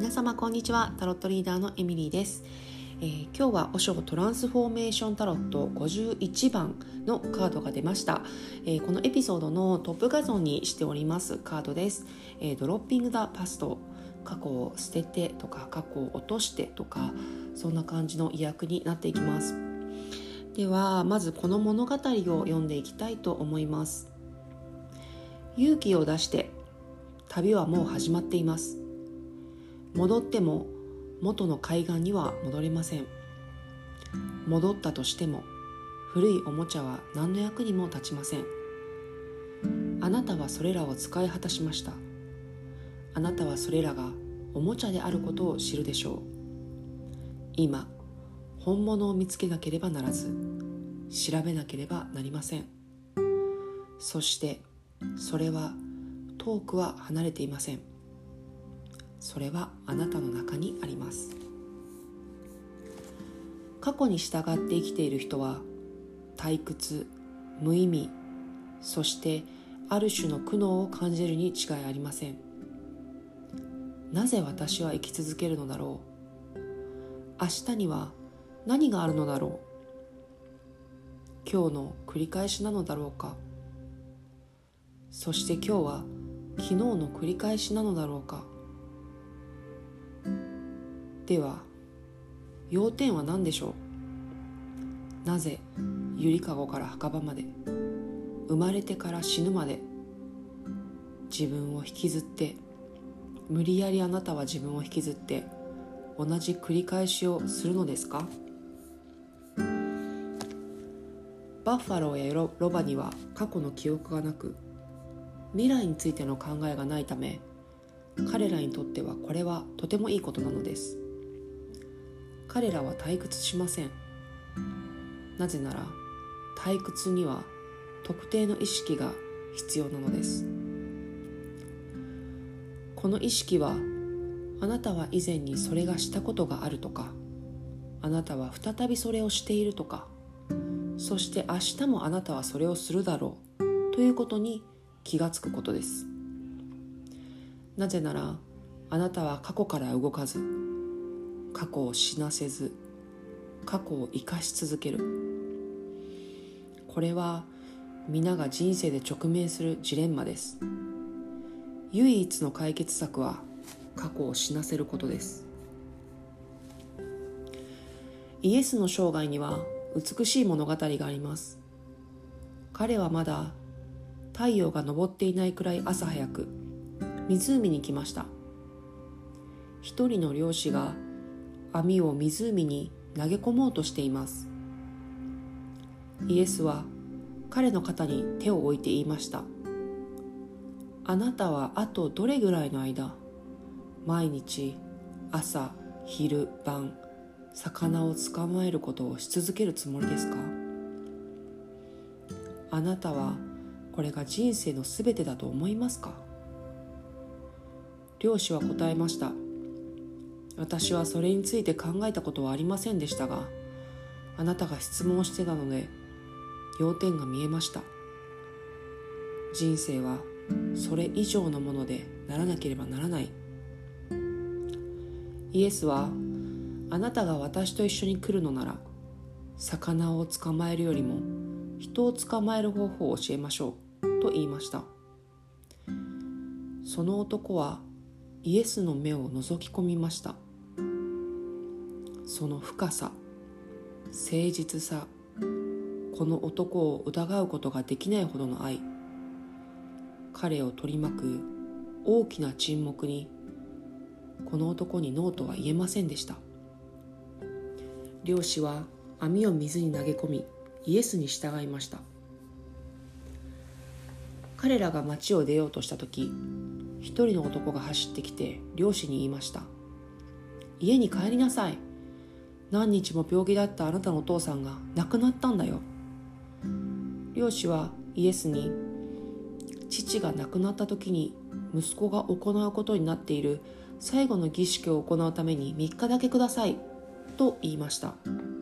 皆様こんにちは。タロットリーダーのエミリーです。今日はオショトランスフォーメーションタロット51番のカードが出ました。このエピソードのトップ画像にしておりますカードです。ドロッピング・ザ・パスト、過去を捨ててとか過去を落としてとか、そんな感じの意訳になっていきます。ではまずこの物語を読んでいきたいと思います。勇気を出して旅はもう始まっています。戻っても元の海岸には戻れません。戻ったとしても古いおもちゃは何の役にも立ちません。あなたはそれらを使い果たしました。あなたはそれらがおもちゃであることを知るでしょう。今、本物を見つけなければならず、調べなければなりません。そしてそれは遠くは離れていません。それはあなたの中にあります。過去に従って生きている人は退屈、無意味、そしてある種の苦悩を感じるに違いありません。なぜ私は生き続けるのだろう。明日には何があるのだろう。今日の繰り返しなのだろうか。そして今日は昨日の繰り返しなのだろうか。では要点は何でしょう。なぜゆりかごから墓場まで、生まれてから死ぬまで自分を引きずって、無理やりあなたは自分を引きずって同じ繰り返しをするのですか。バッファローやロバには過去の記憶がなく、未来についての考えがないため、彼らにとってはこれはとてもいいことなのです。彼らは退屈しません。なぜなら退屈には特定の意識が必要なのです。この意識は、あなたは以前にそれがしたことがあるとか、あなたは再びそれをしているとか、そして明日もあなたはそれをするだろうということに気がつくことです。なぜならあなたは過去から動かず、過去を死なせず、過去を生かし続ける。これは皆が人生で直面するジレンマです。唯一の解決策は過去を死なせることです。イエスの生涯には美しい物語があります。彼はまだ太陽が昇っていないくらい朝早く湖に来ました。一人の漁師が網を湖に投げ込もうとしています。イエスは彼の肩に手を置いて言いました。あなたはあとどれぐらいの間、毎日朝昼晩魚を捕まえることをし続けるつもりですか。あなたはこれが人生のすべてだと思いますか。漁師は答えました。私はそれについて考えたことはありませんでしたが、あなたが質問してたので要点が見えました。人生はそれ以上のものでならなければならない。イエスは、あなたが私と一緒に来るのなら、魚を捕まえるよりも人を捕まえる方法を教えましょうと言いました。その男はイエスの目を覗き込みました。その深さ、誠実さ、この男を疑うことができないほどの愛、彼を取り巻く大きな沈黙に、この男にノーとは言えませんでした。漁師は網を水に投げ込み、イエスに従いました。彼らが町を出ようとしたとき、一人の男が走ってきて漁師に言いました。家に帰りなさい。何日も病気だったあなたのお父さんが亡くなったんだよ。漁師はイエスに、父が亡くなった時に息子が行うことになっている最後の儀式を行うために3日だけくださいと言いました。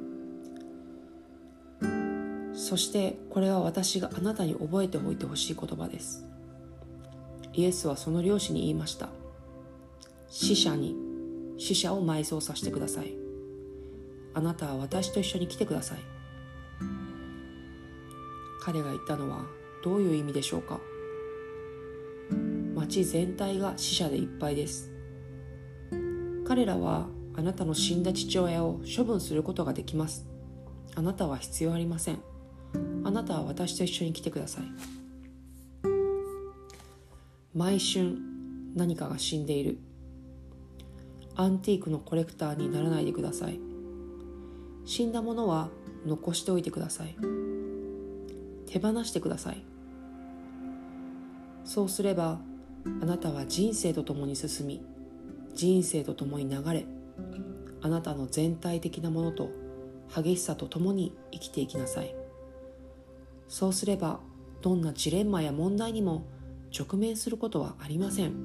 そしてこれは私があなたに覚えておいてほしい言葉です。イエスはその漁師に言いました。死者に死者を埋葬させてください。あなたは私と一緒に来てください。彼が言ったのはどういう意味でしょうか。町全体が死者でいっぱいです。彼らはあなたの死んだ父親を処分することができます。あなたは必要ありません。あなたは私と一緒に来てください。毎春何かが死んでいる。アンティークのコレクターにならないでください。死んだものは残しておいてください。手放してください。そうすればあなたは人生とともに進み、人生とともに流れ、あなたの全体的なものと激しさとともに生きていきなさい。そうすればどんなジレンマや問題にも直面することはありません。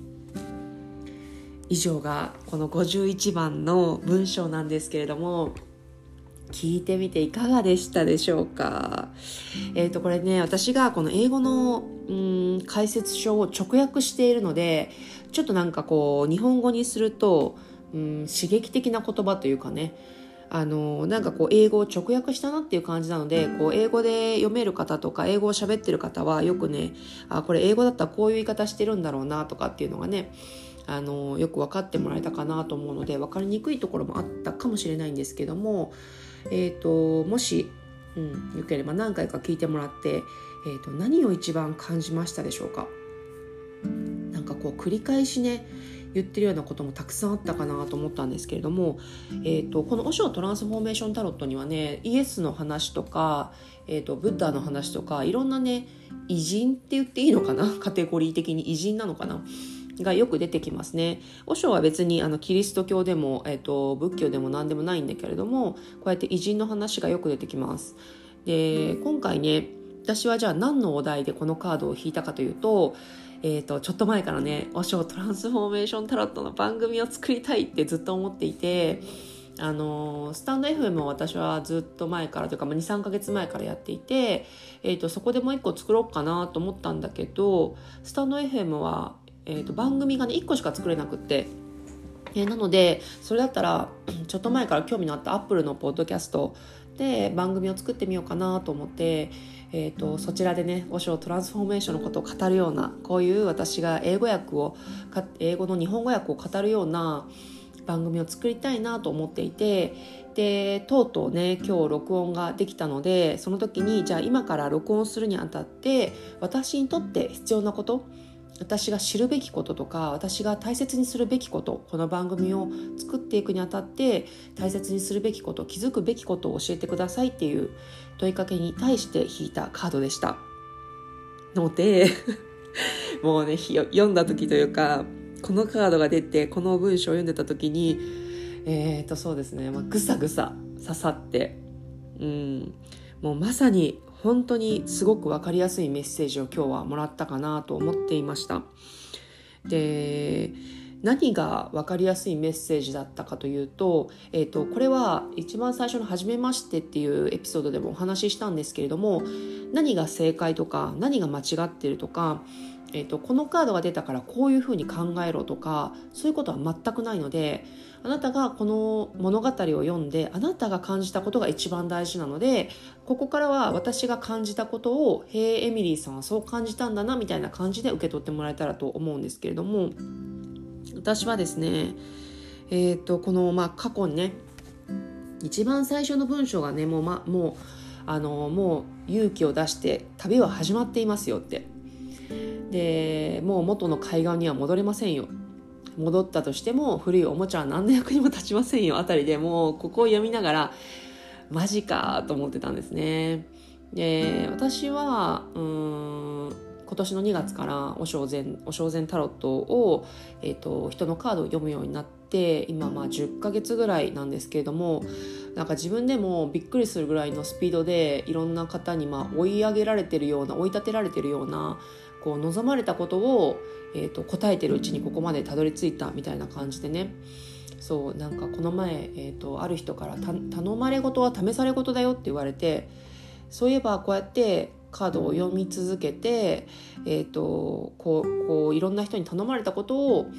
以上がこの51番の文章なんですけれども、聞いてみていかがでしたでしょうか。これね、私がこの英語の解説書を直訳しているので、ちょっとなんかこう日本語にすると刺激的な言葉というかね、なんかこう英語を直訳したなっていう感じなので、こう英語で読める方とか英語を喋ってる方はよくね、これ英語だったらこういう言い方してるんだろうなとかっていうのがね、よく分かってもらえたかなと思うので、分かりにくいところもあったかもしれないんですけども、もし、よければ何回か聞いてもらって、何を一番感じましたでしょうか。なんかこう繰り返しね言ってるようなこともたくさんあったかなと思ったんですけれども、このオショトランスフォーメーションタロットにはね、イエスの話とか、ブッダの話とか、いろんなね偉人って言っていいのかな、カテゴリー的に偉人なのかながよく出てきますね。オショは別にキリスト教でも、仏教でも何でもないんだけれども、こうやって偉人の話がよく出てきます。で、今回ね、私はじゃあ何のお題でこのカードを引いたかというと、ちょっと前からね、オショトランスフォーメーションタロットの番組を作りたいってずっと思っていて、スタンド FM を私はずっと前からというか、2、3ヶ月前からやっていて、そこでもう一個作ろうかなと思ったんだけど、スタンド FM は、番組がね1個しか作れなくって、なのでそれだったらちょっと前から興味のあった Apple のポッドキャストで番組を作ってみようかなと思って、そちらでねオショトランスフォーメーションのことを語るような、こういう私が英語の日本語訳を語るような番組を作りたいなと思っていて、でとうとうね今日録音ができたので、その時にじゃあ今から録音するにあたって私にとって必要なこと、私が知るべきこととか、私が大切にするべきこと、この番組を作っていくにあたって大切にするべきこと、気づくべきことを教えてくださいっていう問いかけに対して引いたカードでしたのでもうね読んだ時というか、このカードが出てこの文章を読んでた時にそうですね、ぐさぐさ刺さって、もうまさに本当にすごく分かりやすいメッセージを今日はもらったかなと思っていました。で、何が分かりやすいメッセージだったかというと、これは一番最初の初めましてっていうエピソードでもお話ししたんですけれども、何が正解とか何が間違っているとか、このカードが出たからこういうふうに考えろとか、そういうことは全くないので、あなたがこの物語を読んであなたが感じたことが一番大事なので、ここからは私が感じたことを、へえエミリーさんはそう感じたんだなみたいな感じで受け取ってもらえたらと思うんですけれども、私はですね、この過去にね一番最初の文章がねもう勇気を出して旅は始まっていますよって、でもう元の海岸には戻れませんよ、戻ったとしても古いおもちゃは何の役にも立ちませんよあたりで、もうここを読みながらマジかと思ってたんですね。で、私は今年の2月からお正禅タロットを、人のカードを読むようになって、今10ヶ月ぐらいなんですけれども、なんか自分でもびっくりするぐらいのスピードでいろんな方に追い立てられてるようなこう望まれたことを、答えてるうちにここまでたどり着いたみたいな感じでね、そうなんかこの前、ある人から頼まれ事は試され事だよって言われて、そういえばこうやってカードを読み続けて、こういろんな人に頼まれたことを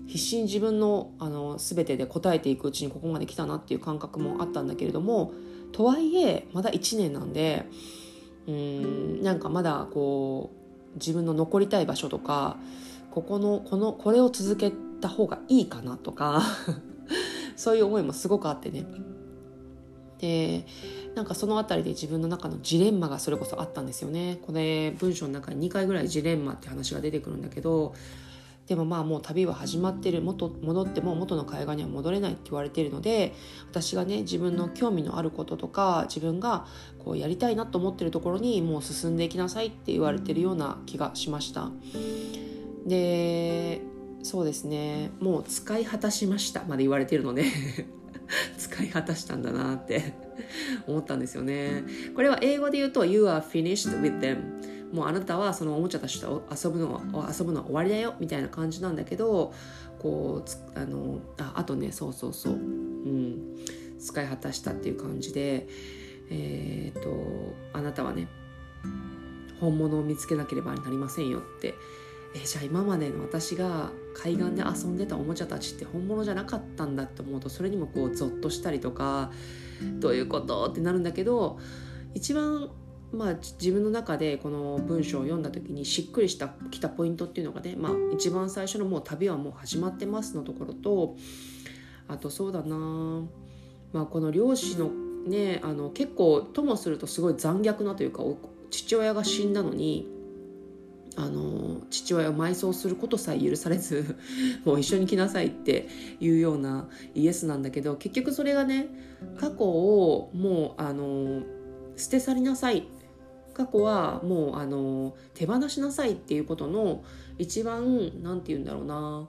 必死に自分の全てで答えていくうちにここまで来たなっていう感覚もあったんだけれども、とはいえまだ1年なんで、なんかまだこう自分の残りたい場所とか、これを続けた方がいいかなとかそういう思いもすごくあってね。でなんかそのあたりで自分の中のジレンマがそれこそあったんですよね。これ文章の中に2回ぐらいジレンマって話が出てくるんだけど、でももう旅は始まってる、戻っても元の海岸には戻れないって言われているので、私がね自分の興味のあることとか自分がこうやりたいなと思ってるところにもう進んでいきなさいって言われてるような気がしました。でそうですね、もう使い果たしましたまで言われているので使い果たしたんだなって思ったんですよね。これは英語で言うと You are finished with them、 もうあなたはそのおもちゃたちと遊ぶのは終わりだよみたいな感じなんだけど、こうあとねそう、使い果たしたっていう感じで、あなたはね本物を見つけなければなりませんよって。じゃあ今までの私が海岸で遊んでたおもちゃたちって本物じゃなかったんだって思うと、それにもこうゾッとしたりとか、どういうことってなるんだけど、一番自分の中でこの文章を読んだ時にしっくりきたポイントっていうのがね、一番最初のもう旅はもう始まってますのところと、あとそうだな、この漁師のね結構ともするとすごい残虐なというか、父親が死んだのに父親を埋葬することさえ許されずもう一緒に来なさいっていうようなイエスなんだけど、結局それがね過去をもう捨て去りなさい、過去はもう手放しなさいっていうことの一番なんて言うんだろうな、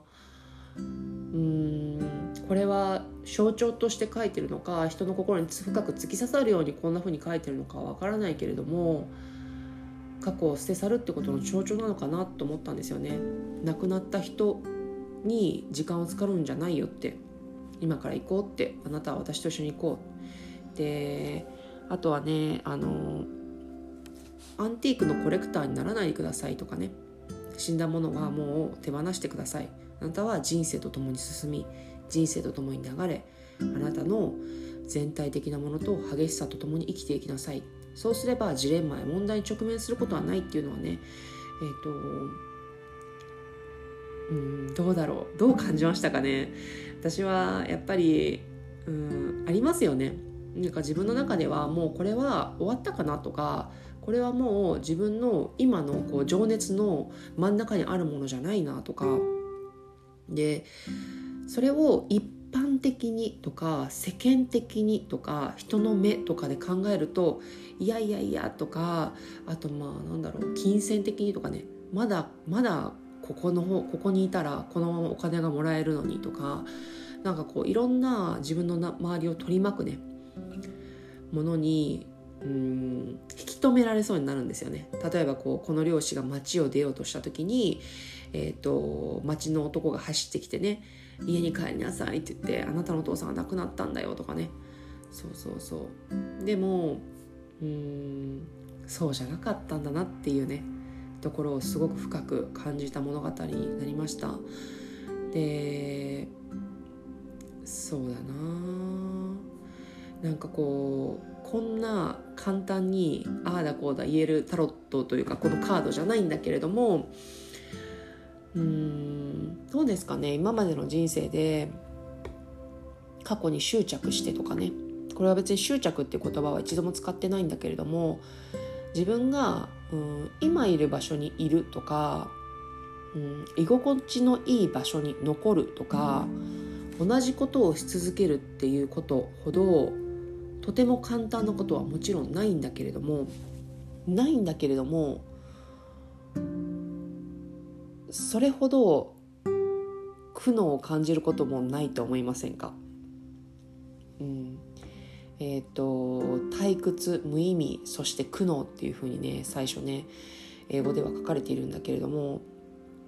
これは象徴として書いてるのか、人の心に深く突き刺さるようにこんな風に書いてるのかわからないけれども、過去を捨て去るってことの象徴なのかなと思ったんですよね。亡くなった人に時間を使うんじゃないよって、今から行こうって、あなたは私と一緒に行こうで、あとはねアンティークのコレクターにならないでくださいとかね、死んだものはもう手放してください、あなたは人生と共に進み、人生と共に流れ、あなたの全体的なものと激しさと共に生きていきなさい。そうすればジレンマや問題に直面することはないっていうのはね、どうだろう、どう感じましたかね。私はやっぱりありますよね。なんか自分の中ではもうこれは終わったかなとか、これはもう自分の今のこう情熱の真ん中にあるものじゃないなとかで、それを一般的にとか世間的にとか人の目とかで考えると、いやとか、あと金銭的にとかね、まだここにいたらこのままお金がもらえるのにとか、なんかこういろんな自分の周りを取り巻くねものに引き止められそうになるんですよね。例えばこの漁師が町を出ようとした時に、町の男が走ってきてね、家に帰りなさいって言って、あなたのお父さんが亡くなったんだよとかね、そうでもそうじゃなかったんだなっていうねところをすごく深く感じた物語になりました。でそうだな、なんかこんな簡単にああだこうだ言えるタロットというかこのカードじゃないんだけれども、どうですかね、今までの人生で過去に執着してとかね、これは別に執着っていう言葉は一度も使ってないんだけれども、自分が今いる場所にいるとか、居心地のいい場所に残るとか、同じことをし続けるっていうことほどとても簡単なことはもちろんないんだけれどもそれほど苦悩を感じることもないと思いませんか？退屈、無意味、そして苦悩っていうふうにね、最初ね英語では書かれているんだけれども、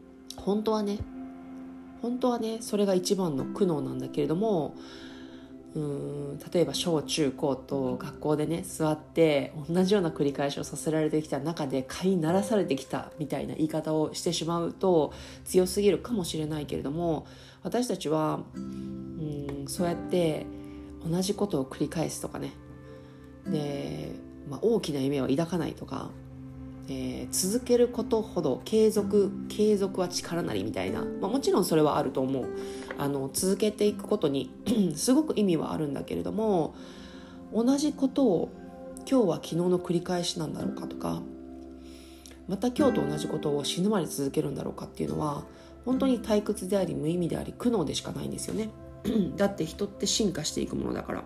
本当はねそれが一番の苦悩なんだけれども、 例えば小中高と学校でね座って同じような繰り返しをさせられてきた中で飼いならされてきたみたいな言い方をしてしまうと強すぎるかもしれないけれども、私たちはそうやって同じことを繰り返すとかね、で、大きな夢を抱かないとか、続けることほど継続は力なりみたいな、もちろんそれはあると思う。続けていくことにすごく意味はあるんだけれども、同じことを今日は昨日の繰り返しなんだろうかとか、また今日と同じことを死ぬまで続けるんだろうかっていうのは本当に退屈であり無意味であり苦悩でしかないんですよねだって人って進化していくものだから。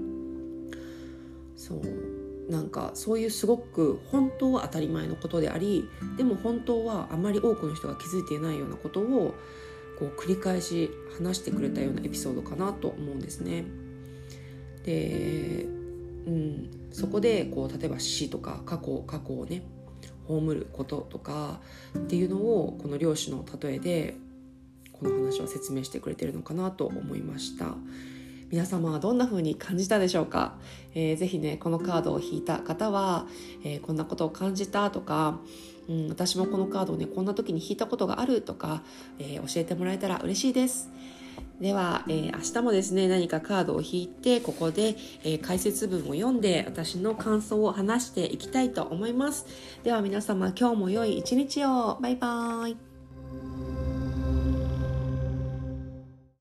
そういうすごく本当は当たり前のことであり、でも本当はあまり多くの人が気づいていないようなことを繰り返し話してくれたようなエピソードかなと思うんですね。で、そこで例えば死とか過去をね葬ることとかっていうのをこの漁師の例えでこの話は説明してくれているのかなと思いました。皆様はどんな風に感じたでしょうか。ぜひねこのカードを引いた方は、こんなことを感じたとか、私もこのカードをねこんな時に引いたことがあるとか、教えてもらえたら嬉しいです。では、明日もですね何かカードを引いてここで、解説文を読んで私の感想を話していきたいと思います。では皆様今日も良い一日を。バイバイ。